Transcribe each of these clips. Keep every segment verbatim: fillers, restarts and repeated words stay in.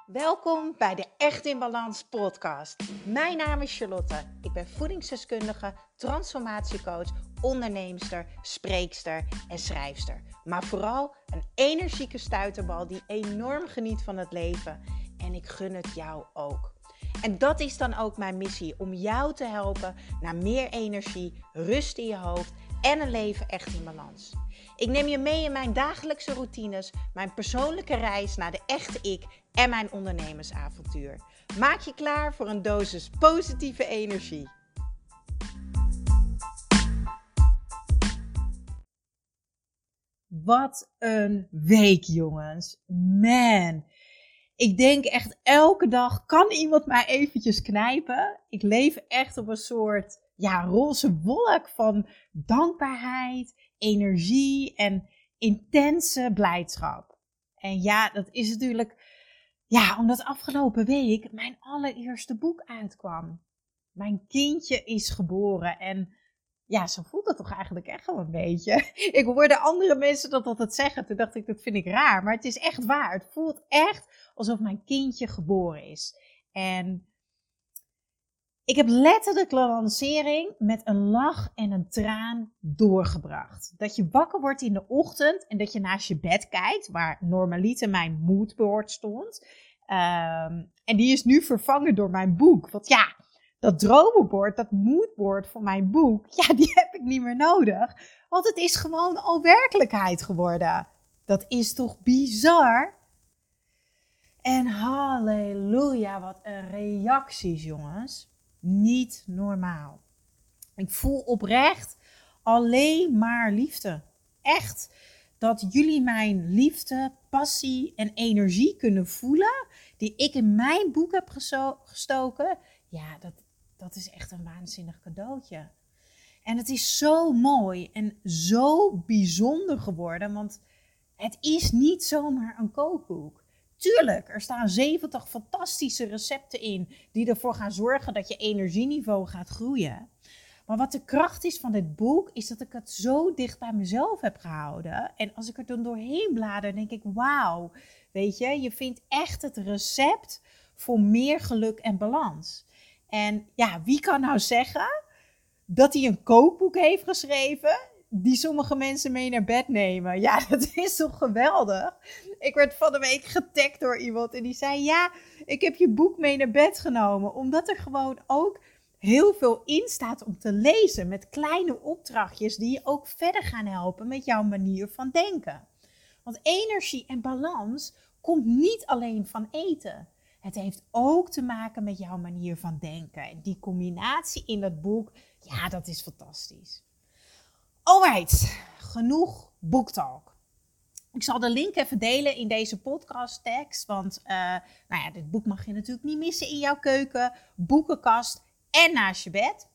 Welkom bij de Echt in Balans podcast. Mijn naam is Charlotte. Ik ben voedingsdeskundige, transformatiecoach, onderneemster, spreekster en schrijfster. Maar vooral een energieke stuiterbal die enorm geniet van het leven. En ik gun het jou ook. En dat is dan ook mijn missie, om jou te helpen naar meer energie, rust in je hoofd en een leven echt in balans. Ik neem je mee in mijn dagelijkse routines, mijn persoonlijke reis naar de echte ik en mijn ondernemersavontuur. Maak je klaar voor een dosis positieve energie. Wat een week, jongens. Man. Ik denk echt elke dag, kan iemand mij eventjes knijpen? Ik leef echt op een soort ja, roze wolk van dankbaarheid, energie en intense blijdschap. En ja, dat is natuurlijk, ja, omdat afgelopen week mijn allereerste boek uitkwam. Mijn kindje is geboren en ja, zo voelt het toch eigenlijk echt wel een beetje. Ik hoorde andere mensen dat altijd zeggen, toen dacht ik, dat vind ik raar, maar het is echt waar. Het voelt echt alsof mijn kindje geboren is. En ik heb letterlijk de lancering met een lach en een traan doorgebracht. Dat je wakker wordt in de ochtend en dat je naast je bed kijkt, waar normaliter mijn moodboard stond. Um, en die is nu vervangen door mijn boek. Want ja, dat dromenbord, dat moodboard voor mijn boek, ja, die heb ik niet meer nodig. Want het is gewoon al werkelijkheid geworden. Dat is toch bizar? En halleluja, wat een reacties, jongens. Niet normaal. Ik voel oprecht alleen maar liefde. Echt. Dat jullie mijn liefde, passie en energie kunnen voelen, die ik in mijn boek heb gesto- gestoken. Ja, dat, dat is echt een waanzinnig cadeautje. En het is zo mooi en zo bijzonder geworden, want het is niet zomaar een kookboek. Tuurlijk, er staan zeventig fantastische recepten in die ervoor gaan zorgen dat je energieniveau gaat groeien. Maar wat de kracht is van dit boek, is dat ik het zo dicht bij mezelf heb gehouden. En als ik er dan doorheen blader, denk ik, wauw, weet je, je vindt echt het recept voor meer geluk en balans. En ja, wie kan nou zeggen dat hij een kookboek heeft geschreven die sommige mensen mee naar bed nemen? Ja, dat is toch geweldig? Ik werd van de week getagd door iemand en die zei, ja, ik heb je boek mee naar bed genomen. Omdat er gewoon ook heel veel in staat om te lezen met kleine opdrachtjes die je ook verder gaan helpen met jouw manier van denken. Want energie en balans komt niet alleen van eten. Het heeft ook te maken met jouw manier van denken. En die combinatie in dat boek, ja, dat is fantastisch. Alright, genoeg boektalk. Ik zal de link even delen in deze podcasttekst, want uh, nou ja, dit boek mag je natuurlijk niet missen in jouw keuken, boekenkast en naast je bed.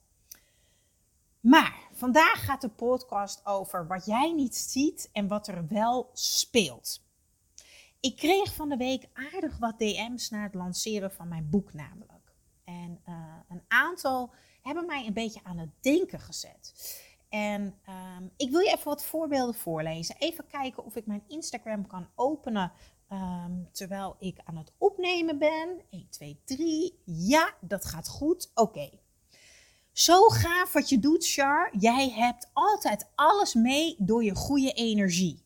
Maar vandaag gaat de podcast over wat jij niet ziet en wat er wel speelt. Ik kreeg van de week aardig wat D M's na het lanceren van mijn boek namelijk. En uh, een aantal hebben mij een beetje aan het denken gezet. En um, ik wil je even wat voorbeelden voorlezen. Even kijken of ik mijn Instagram kan openen um, terwijl ik aan het opnemen ben. één, twee, drie. Ja, dat gaat goed. Oké. Okay. Zo gaaf wat je doet, Char. Jij hebt altijd alles mee door je goede energie.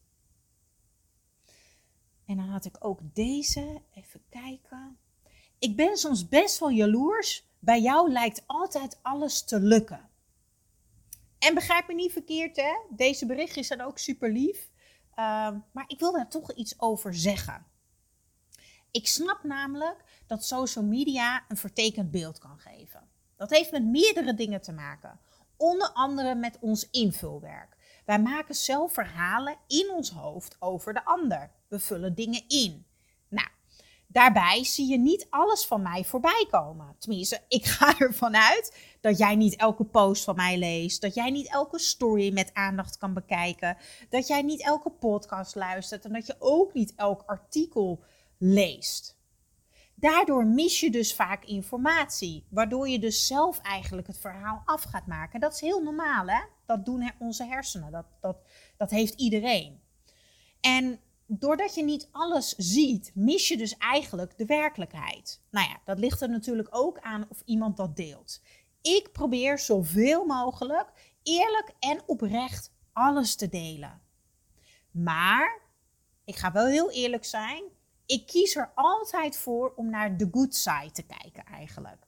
En dan had ik ook deze. Even kijken. Ik ben soms best wel jaloers. Bij jou lijkt altijd alles te lukken. En begrijp me niet verkeerd, hè? Deze berichtjes zijn ook super lief. Uh, maar ik wil daar toch iets over zeggen. Ik snap namelijk dat social media een vertekend beeld kan geven. Dat heeft met meerdere dingen te maken. Onder andere met ons invulwerk. Wij maken zelf verhalen in ons hoofd over de ander. We vullen dingen in. Nou, daarbij zie je niet alles van mij voorbij komen. Tenminste, ik ga ervan uit dat jij niet elke post van mij leest. Dat jij niet elke story met aandacht kan bekijken. Dat jij niet elke podcast luistert. En dat je ook niet elk artikel leest. Daardoor mis je dus vaak informatie. Waardoor je dus zelf eigenlijk het verhaal af gaat maken. Dat is heel normaal, hè? Dat doen onze hersenen. Dat, dat, dat heeft iedereen. En doordat je niet alles ziet, mis je dus eigenlijk de werkelijkheid. Nou ja, dat ligt er natuurlijk ook aan of iemand dat deelt. Ik probeer zoveel mogelijk eerlijk en oprecht alles te delen. Maar, ik ga wel heel eerlijk zijn, ik kies er altijd voor om naar de good side te kijken eigenlijk.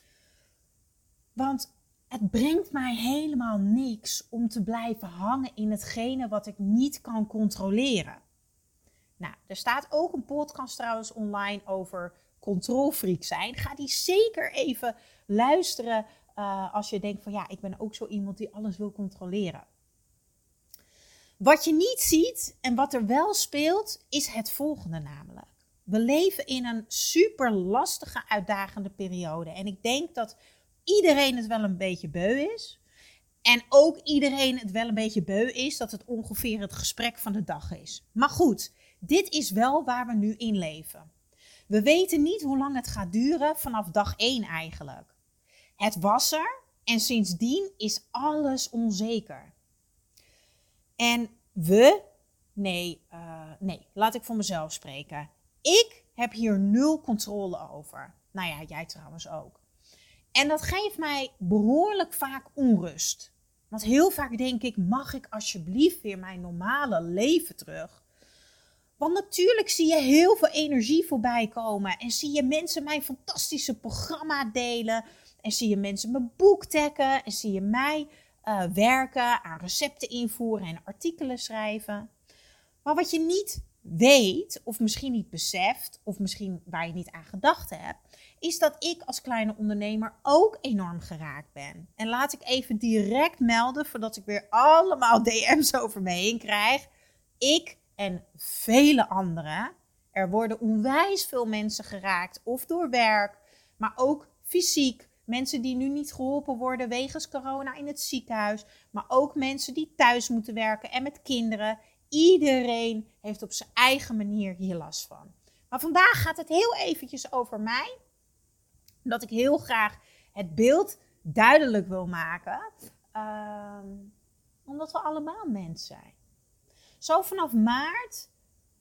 Want het brengt mij helemaal niks om te blijven hangen in hetgene wat ik niet kan controleren. Nou, er staat ook een podcast trouwens online over controlfreak zijn. Ga die zeker even luisteren uh, als je denkt van ja, ik ben ook zo iemand die alles wil controleren. Wat je niet ziet en wat er wel speelt, is het volgende namelijk. We leven in een super lastige, uitdagende periode. En ik denk dat iedereen het wel een beetje beu is. En ook iedereen het wel een beetje beu is dat het ongeveer het gesprek van de dag is. Maar goed, dit is wel waar we nu in leven. We weten niet hoe lang het gaat duren vanaf dag één eigenlijk. Het was er en sindsdien is alles onzeker. En we, nee, uh, nee, laat ik voor mezelf spreken. Ik heb hier nul controle over. Nou ja, jij trouwens ook. En dat geeft mij behoorlijk vaak onrust. Want heel vaak denk ik, mag ik alsjeblieft weer mijn normale leven terug? Want natuurlijk zie je heel veel energie voorbij komen. En zie je mensen mijn fantastische programma delen. En zie je mensen mijn boek taggen. En zie je mij uh, werken, aan recepten invoeren en artikelen schrijven. Maar wat je niet weet, of misschien niet beseft, of misschien waar je niet aan gedacht hebt, is dat ik als kleine ondernemer ook enorm geraakt ben. En laat ik even direct melden, voordat ik weer allemaal D M's over me heen krijg. Ik en vele anderen, er worden onwijs veel mensen geraakt, of door werk, maar ook fysiek. Mensen die nu niet geholpen worden wegens corona in het ziekenhuis, maar ook mensen die thuis moeten werken en met kinderen. Iedereen heeft op zijn eigen manier hier last van. Maar vandaag gaat het heel eventjes over mij. Omdat ik heel graag het beeld duidelijk wil maken. Um, omdat we allemaal mens zijn. Zo vanaf maart,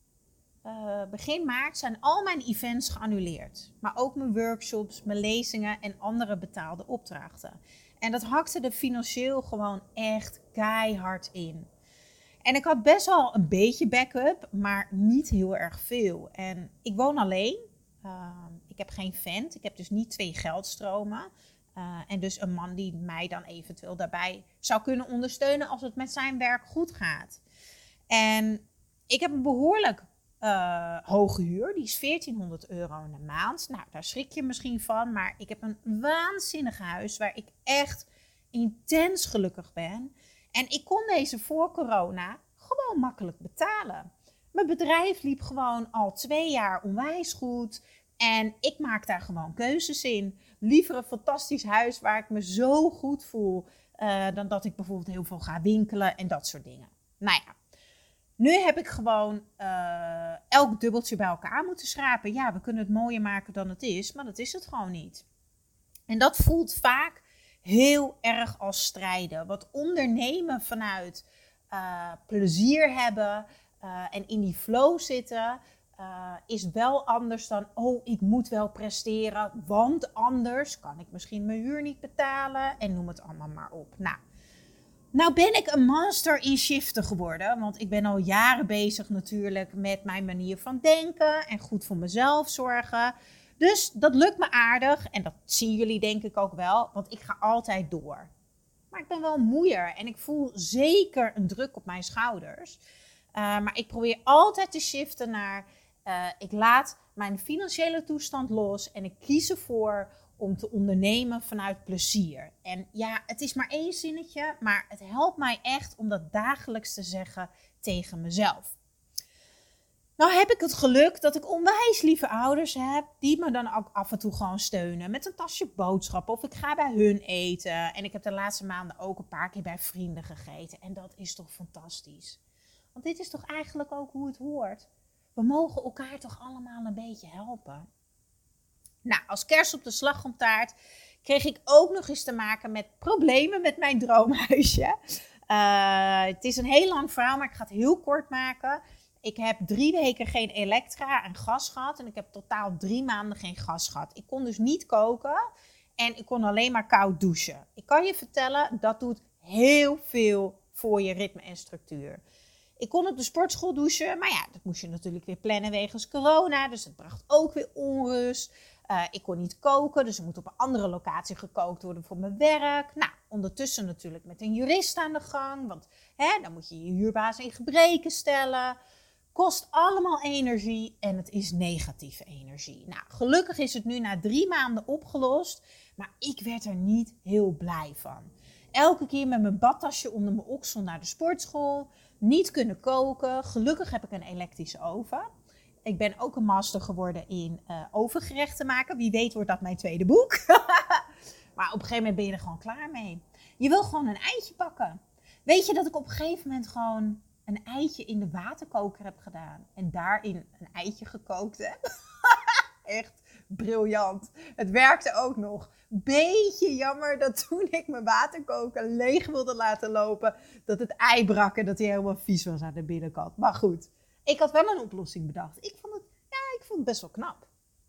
uh, begin maart, zijn al mijn events geannuleerd. Maar ook mijn workshops, mijn lezingen en andere betaalde opdrachten. En dat hakte er financieel gewoon echt keihard in. En ik had best wel een beetje backup, maar niet heel erg veel. En ik woon alleen. Uh, ik heb geen vent. Ik heb dus niet twee geldstromen. Uh, en dus een man die mij dan eventueel daarbij zou kunnen ondersteunen als het met zijn werk goed gaat. En ik heb een behoorlijk uh, hoge huur. Die is veertienhonderd euro in de maand. Nou, daar schrik je misschien van. Maar ik heb een waanzinnig huis waar ik echt intens gelukkig ben. En ik kon deze voor corona gewoon makkelijk betalen. Mijn bedrijf liep gewoon al twee jaar onwijs goed. En ik maak daar gewoon keuzes in. Liever een fantastisch huis waar ik me zo goed voel. Uh, dan dat ik bijvoorbeeld heel veel ga winkelen en dat soort dingen. Nou ja, nu heb ik gewoon uh, elk dubbeltje bij elkaar moeten schrapen. Ja, we kunnen het mooier maken dan het is, maar dat is het gewoon niet. En dat voelt vaak heel erg als strijden. Wat ondernemen vanuit uh, plezier hebben uh, en in die flow zitten, uh, is wel anders dan, oh, ik moet wel presteren, want anders kan ik misschien mijn huur niet betalen en noem het allemaal maar op. Nou, nou ben ik een master in shiften geworden, want ik ben al jaren bezig natuurlijk met mijn manier van denken en goed voor mezelf zorgen. Dus dat lukt me aardig en dat zien jullie denk ik ook wel, want ik ga altijd door. Maar ik ben wel moeier en ik voel zeker een druk op mijn schouders. Uh, maar ik probeer altijd te shiften naar, uh, ik laat mijn financiële toestand los en ik kies ervoor om te ondernemen vanuit plezier. En ja, het is maar één zinnetje, maar het helpt mij echt om dat dagelijks te zeggen tegen mezelf. Nou heb ik het geluk dat ik onwijs lieve ouders heb die me dan ook af en toe gewoon steunen met een tasje boodschappen of ik ga bij hun eten. En ik heb de laatste maanden ook een paar keer bij vrienden gegeten en dat is toch fantastisch. Want dit is toch eigenlijk ook hoe het hoort. We mogen elkaar toch allemaal een beetje helpen. Nou, als kerst op de slagroomtaart kreeg ik ook nog eens te maken met problemen met mijn droomhuisje. Uh, het is een heel lang verhaal, maar ik ga het heel kort maken. Ik heb drie weken geen elektra en gas gehad. En ik heb totaal drie maanden geen gas gehad. Ik kon dus niet koken. En ik kon alleen maar koud douchen. Ik kan je vertellen, dat doet heel veel voor je ritme en structuur. Ik kon op de sportschool douchen. Maar ja, dat moest je natuurlijk weer plannen wegens corona. Dus dat bracht ook weer onrust. Uh, ik kon niet koken, dus er moet op een andere locatie gekookt worden voor mijn werk. Nou, ondertussen natuurlijk met een jurist aan de gang. Want hè, dan moet je je huurbaas in gebreken stellen. Kost allemaal energie en het is negatieve energie. Nou, gelukkig is het nu na drie maanden opgelost. Maar ik werd er niet heel blij van. Elke keer met mijn badtasje onder mijn oksel naar de sportschool. Niet kunnen koken. Gelukkig heb ik een elektrische oven. Ik ben ook een master geworden in uh, ovengerechten maken. Wie weet wordt dat mijn tweede boek. Maar op een gegeven moment ben je er gewoon klaar mee. Je wil gewoon een eitje bakken. Weet je dat ik op een gegeven moment gewoon een eitje in de waterkoker heb gedaan. En daarin een eitje gekookt heb. Echt briljant. Het werkte ook nog. Beetje jammer dat toen ik mijn waterkoker leeg wilde laten lopen, dat het ei brak en dat hij helemaal vies was aan de binnenkant. Maar goed. Ik had wel een oplossing bedacht. Ik vond het, ja, ik vond het best wel knap.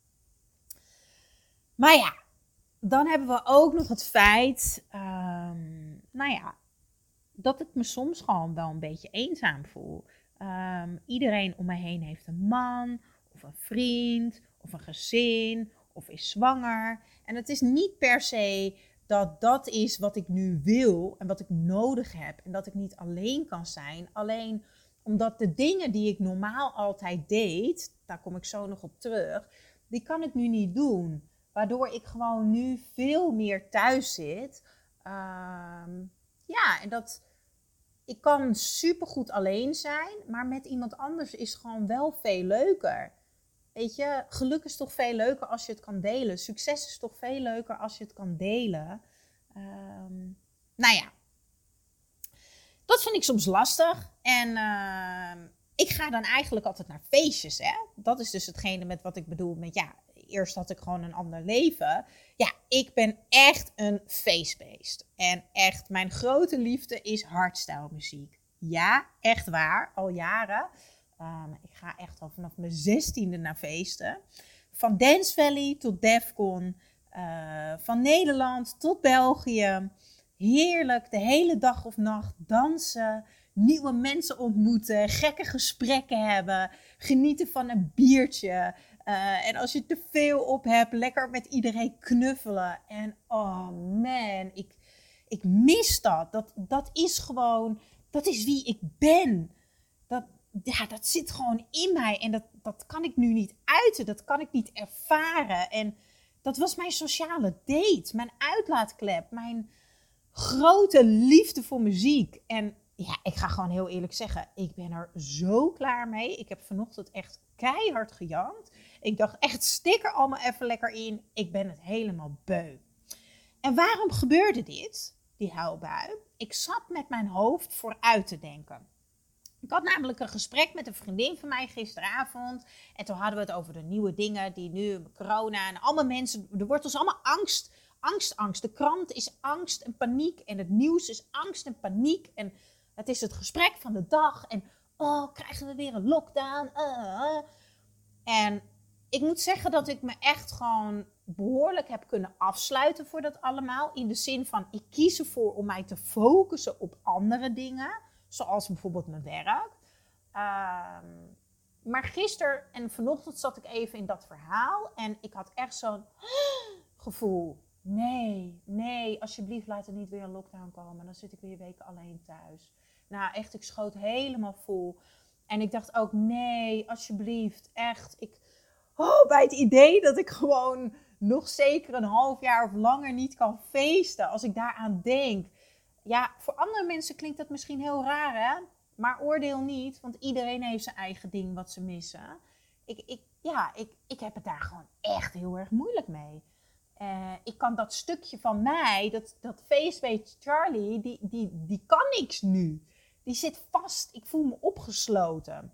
Maar ja, dan hebben we ook nog het feit, um, nou ja, dat ik me soms gewoon wel een beetje eenzaam voel. Um, iedereen om me heen heeft een man, of een vriend, of een gezin, of is zwanger. En het is niet per se dat dat is wat ik nu wil en wat ik nodig heb. En dat ik niet alleen kan zijn. Alleen omdat de dingen die ik normaal altijd deed, daar kom ik zo nog op terug, die kan ik nu niet doen. Waardoor ik gewoon nu veel meer thuis zit. Um, ja, en dat ik kan supergoed alleen zijn, maar met iemand anders is gewoon wel veel leuker. Weet je, geluk is toch veel leuker als je het kan delen. Succes is toch veel leuker als je het kan delen. Um, nou ja. Dat vind ik soms lastig. En uh, ik ga dan eigenlijk altijd naar feestjes. Hè? Dat is dus hetgene met wat ik bedoel met ja, eerst had ik gewoon een ander leven. Ja, ik ben echt een feestbeest. En echt, mijn grote liefde is hardstyle muziek. Ja, echt waar, al jaren. Um, ik ga echt al vanaf mijn zestiende naar feesten. Van Dance Valley tot Defcon. Uh, van Nederland tot België. Heerlijk, de hele dag of nacht dansen, nieuwe mensen ontmoeten, gekke gesprekken hebben, genieten van een biertje. Uh, en als je te veel op hebt, lekker met iedereen knuffelen. En oh man, ik, ik mis dat. dat. Dat is gewoon, dat is wie ik ben. Dat, ja, dat zit gewoon in mij en dat, dat kan ik nu niet uiten, dat kan ik niet ervaren. En dat was mijn sociale date, mijn uitlaatklep, mijn grote liefde voor muziek. En ja, ik ga gewoon heel eerlijk zeggen, ik ben er zo klaar mee. Ik heb vanochtend echt keihard gejankt. Ik dacht echt, stik er allemaal even lekker in. Ik ben het helemaal beu. En waarom gebeurde dit, die huilbui? Ik zat met mijn hoofd vooruit te denken. Ik had namelijk een gesprek met een vriendin van mij gisteravond. En toen hadden we het over de nieuwe dingen die nu, corona en allemaal mensen, er wordt ons allemaal angst Angst, angst. De krant is angst en paniek. En het nieuws is angst en paniek. En het is het gesprek van de dag. En oh, krijgen we weer een lockdown? Uh. En ik moet zeggen dat ik me echt gewoon behoorlijk heb kunnen afsluiten voor dat allemaal. In de zin van, ik kies ervoor om mij te focussen op andere dingen. Zoals bijvoorbeeld mijn werk. Uh, maar gisteren en vanochtend zat ik even in dat verhaal. En ik had echt zo'n gevoel. Nee, nee, alsjeblieft laat er niet weer een lockdown komen. Dan zit ik weer weken alleen thuis. Nou, echt, ik schoot helemaal vol. En ik dacht ook, nee, alsjeblieft, echt. Ik, oh, bij het idee dat ik gewoon nog zeker een half jaar of langer niet kan feesten. Als ik daaraan denk. Ja, voor andere mensen klinkt dat misschien heel raar, hè? Maar oordeel niet, want iedereen heeft zijn eigen ding wat ze missen. Ik, ik, ja, ik, ik heb het daar gewoon echt heel erg moeilijk mee. Uh, ik kan dat stukje van mij, dat, dat feestbeest Charlie, die, die, die kan niks nu. Die zit vast, ik voel me opgesloten.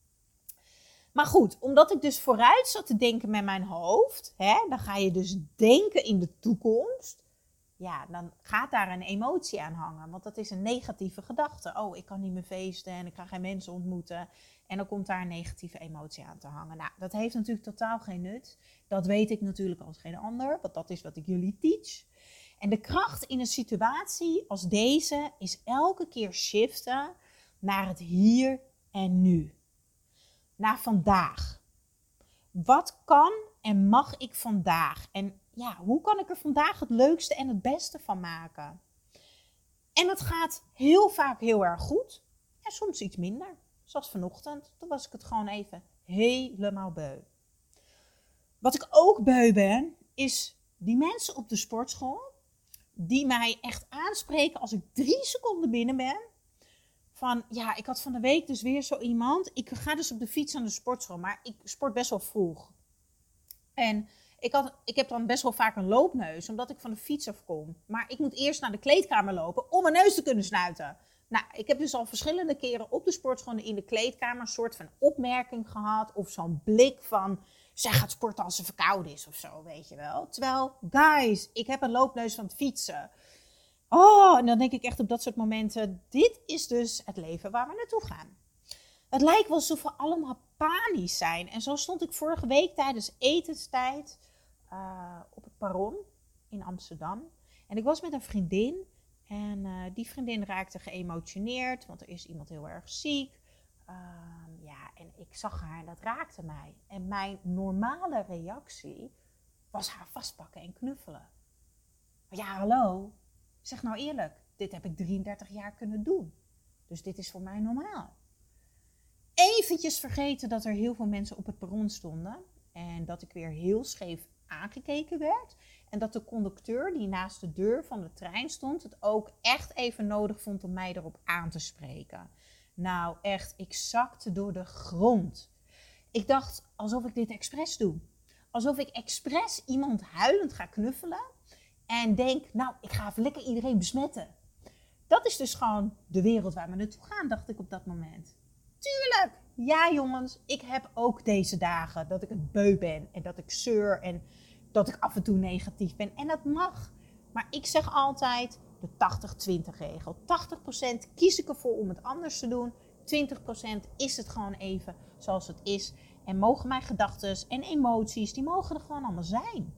Maar goed, omdat ik dus vooruit zat te denken met mijn hoofd, hè, dan ga je dus denken in de toekomst. Ja, dan gaat daar een emotie aan hangen, want dat is een negatieve gedachte. Oh, ik kan niet meer feesten en ik ga geen mensen ontmoeten. En dan komt daar een negatieve emotie aan te hangen. Nou, dat heeft natuurlijk totaal geen nut. Dat weet ik natuurlijk als geen ander, want dat is wat ik jullie teach. En de kracht in een situatie als deze is elke keer shiften naar het hier en nu. Naar vandaag. Wat kan en mag ik vandaag? En ja, hoe kan ik er vandaag het leukste en het beste van maken? En dat gaat heel vaak heel erg goed en soms iets minder. Zoals vanochtend, toen was ik het gewoon even helemaal beu. Wat ik ook beu ben, is die mensen op de sportschool die mij echt aanspreken als ik drie seconden binnen ben. Van, ja, ik had van de week dus weer zo iemand. Ik ga dus op de fiets aan de sportschool, maar ik sport best wel vroeg. En ik, had, ik heb dan best wel vaak een loopneus, omdat ik van de fiets afkom. Maar ik moet eerst naar de kleedkamer lopen om mijn neus te kunnen snuiten. Nou, ik heb dus al verschillende keren op de sportschool in de kleedkamer een soort van opmerking gehad. Of zo'n blik van, zij gaat sporten als ze verkouden is of zo, weet je wel. Terwijl, guys, ik heb een loopneus van het fietsen. Oh, en dan denk ik echt op dat soort momenten, dit is dus het leven waar we naartoe gaan. Het lijkt wel alsof we allemaal panisch zijn. En zo stond ik vorige week tijdens etenstijd uh, op het perron in Amsterdam. En ik was met een vriendin. En uh, die vriendin raakte geëmotioneerd, want er is iemand heel erg ziek. Uh, ja, en ik zag haar en dat raakte mij. En mijn normale reactie was haar vastpakken en knuffelen. Maar ja, hallo. Zeg nou eerlijk, dit heb ik drieëndertig jaar kunnen doen. Dus dit is voor mij normaal. Eventjes vergeten dat er heel veel mensen op het perron stonden. En dat ik weer heel scheef aangekeken werd. En dat de conducteur die naast de deur van de trein stond, het ook echt even nodig vond om mij erop aan te spreken. Nou echt, ik zakte door de grond. Ik dacht alsof ik dit expres doe. Alsof ik expres iemand huilend ga knuffelen. En denk, nou, ik ga even lekker iedereen besmetten. Dat is dus gewoon de wereld waar we naartoe gaan, dacht ik op dat moment. Tuurlijk, ja jongens, ik heb ook deze dagen dat ik het beu ben. En dat ik zeur en dat ik af en toe negatief ben. En dat mag. Maar ik zeg altijd de tachtig twintig regel. tachtig procent kies ik ervoor om het anders te doen. twintig procent is het gewoon even zoals het is. En mogen mijn gedachten en emoties, die mogen er gewoon allemaal zijn.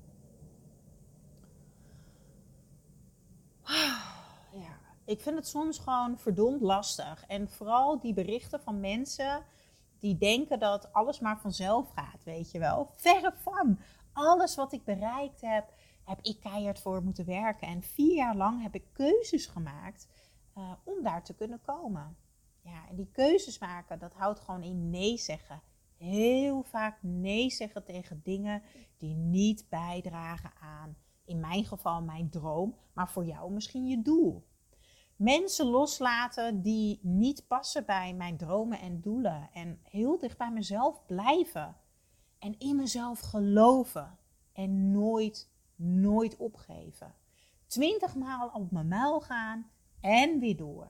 Ja, ik vind het soms gewoon verdomd lastig. En vooral die berichten van mensen die denken dat alles maar vanzelf gaat, weet je wel. Verre van. Alles wat ik bereikt heb, heb ik keihard voor moeten werken. En vier jaar lang heb ik keuzes gemaakt uh, om daar te kunnen komen. Ja, en die keuzes maken, dat houdt gewoon in nee zeggen. Heel vaak nee zeggen tegen dingen die niet bijdragen aan, in mijn geval mijn droom, maar voor jou misschien je doel. Mensen loslaten die niet passen bij mijn dromen en doelen. En heel dicht bij mezelf blijven. En in mezelf geloven. En nooit, nooit opgeven. Twintig maal op mijn muil gaan en weer door.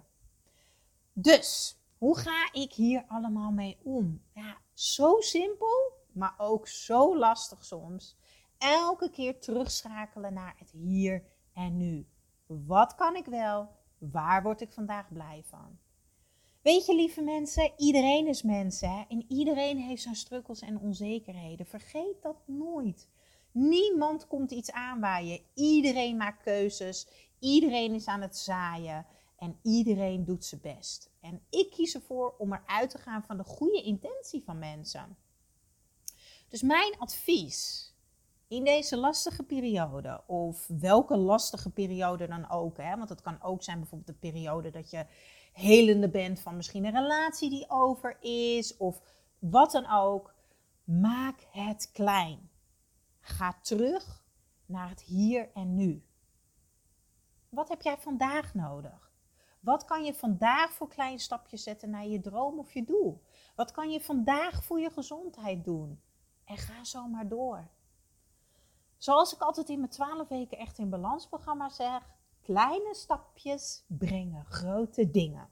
Dus, hoe ga ik hier allemaal mee om? Ja, zo simpel, maar ook zo lastig soms. Elke keer terugschakelen naar het hier en nu. Wat kan ik wel? Waar word ik vandaag blij van? Weet je, lieve mensen, iedereen is mens, hè? En iedereen heeft zijn struggles en onzekerheden. Vergeet dat nooit. Niemand komt iets aanwaaien. Iedereen maakt keuzes. Iedereen is aan het zaaien. En iedereen doet zijn best. En ik kies ervoor om eruit te gaan van de goede intentie van mensen. Dus mijn advies in deze lastige periode, of welke lastige periode dan ook, hè? Want het kan ook zijn bijvoorbeeld de periode dat je helende bent van misschien een relatie die over is, of wat dan ook. Maak het klein. Ga terug naar het hier en nu. Wat heb jij vandaag nodig? Wat kan je vandaag voor kleine stapjes zetten naar je droom of je doel? Wat kan je vandaag voor je gezondheid doen? En ga zo maar door. Zoals ik altijd in mijn twaalf weken echt in balans programma zeg, kleine stapjes brengen grote dingen.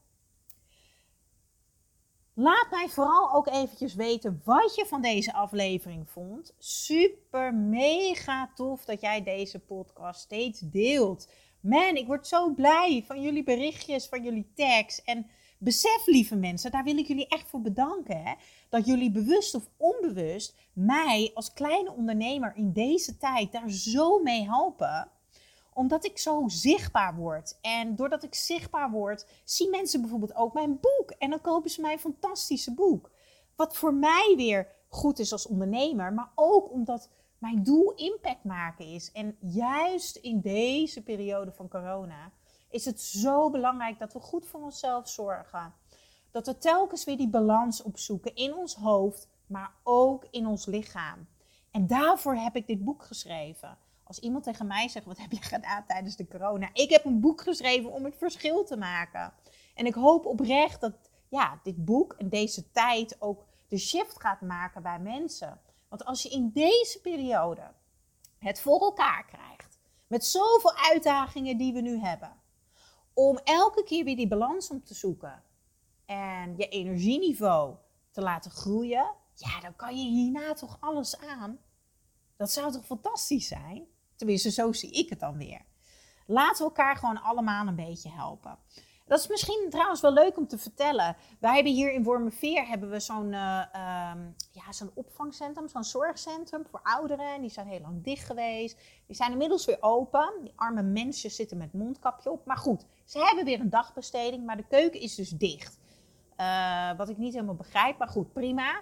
Laat mij vooral ook eventjes weten wat je van deze aflevering vond. Super mega tof dat jij deze podcast steeds deelt. Man, ik word zo blij van jullie berichtjes, van jullie tags. En Besef, lieve mensen, daar wil ik jullie echt voor bedanken. Hè, dat jullie bewust of onbewust mij als kleine ondernemer in deze tijd daar zo mee helpen. Omdat ik zo zichtbaar word. En doordat ik zichtbaar word, zien mensen bijvoorbeeld ook mijn boek. En dan kopen ze mijn fantastische boek. Wat voor mij weer goed is als ondernemer. Maar ook omdat mijn doel impact maken is. En juist in deze periode van corona is het zo belangrijk dat we goed voor onszelf zorgen. Dat we telkens weer die balans opzoeken in ons hoofd, maar ook in ons lichaam. En daarvoor heb ik dit boek geschreven. Als iemand tegen mij zegt, wat heb je gedaan tijdens de corona? Ik heb een boek geschreven om het verschil te maken. En ik hoop oprecht dat ja, dit boek en deze tijd ook de shift gaat maken bij mensen. Want als je in deze periode het voor elkaar krijgt, met zoveel uitdagingen die we nu hebben, om elke keer weer die balans om te zoeken en je energieniveau te laten groeien, ja, dan kan je hierna toch alles aan. Dat zou toch fantastisch zijn? Tenminste, zo zie ik het dan weer. Laten we elkaar gewoon allemaal een beetje helpen. Dat is misschien trouwens wel leuk om te vertellen. Wij hebben hier in Wormerveer hebben we zo'n, uh, um, ja, zo'n opvangcentrum, zo'n zorgcentrum voor ouderen. En die zijn heel lang dicht geweest. Die zijn inmiddels weer open. Die arme mensen zitten met mondkapje op. Maar goed, ze hebben weer een dagbesteding, maar de keuken is dus dicht. Uh, wat ik niet helemaal begrijp, maar goed, prima.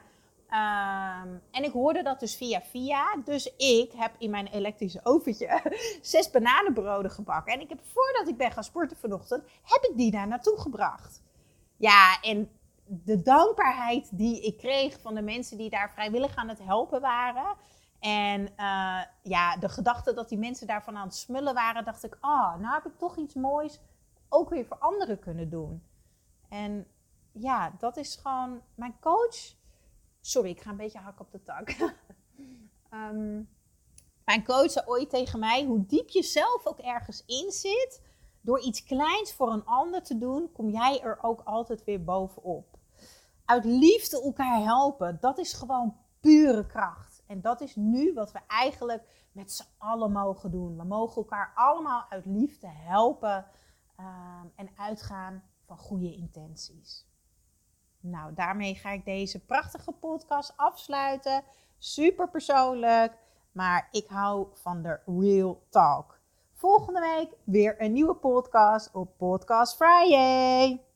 Um, en ik hoorde dat dus via via. Dus ik heb in mijn elektrische oventje zes bananenbroden gebakken. En ik heb, voordat ik ben gaan sporten vanochtend, heb ik die daar naartoe gebracht. Ja, en de dankbaarheid die ik kreeg van de mensen die daar vrijwillig aan het helpen waren. En uh, ja, de gedachte dat die mensen daarvan aan het smullen waren, dacht ik, oh, nou heb ik toch iets moois ook weer voor anderen kunnen doen. En ja, dat is gewoon mijn coach. Sorry, ik ga een beetje hak op de tak. um, mijn coach zei ooit tegen mij, hoe diep je zelf ook ergens in zit, door iets kleins voor een ander te doen, kom jij er ook altijd weer bovenop. Uit liefde elkaar helpen, dat is gewoon pure kracht. En dat is nu wat we eigenlijk met z'n allen mogen doen. We mogen elkaar allemaal uit liefde helpen um, en uitgaan van goede intenties. Nou, daarmee ga ik deze prachtige podcast afsluiten. Super persoonlijk, maar ik hou van de real talk. Volgende week weer een nieuwe podcast op Podcast Friday.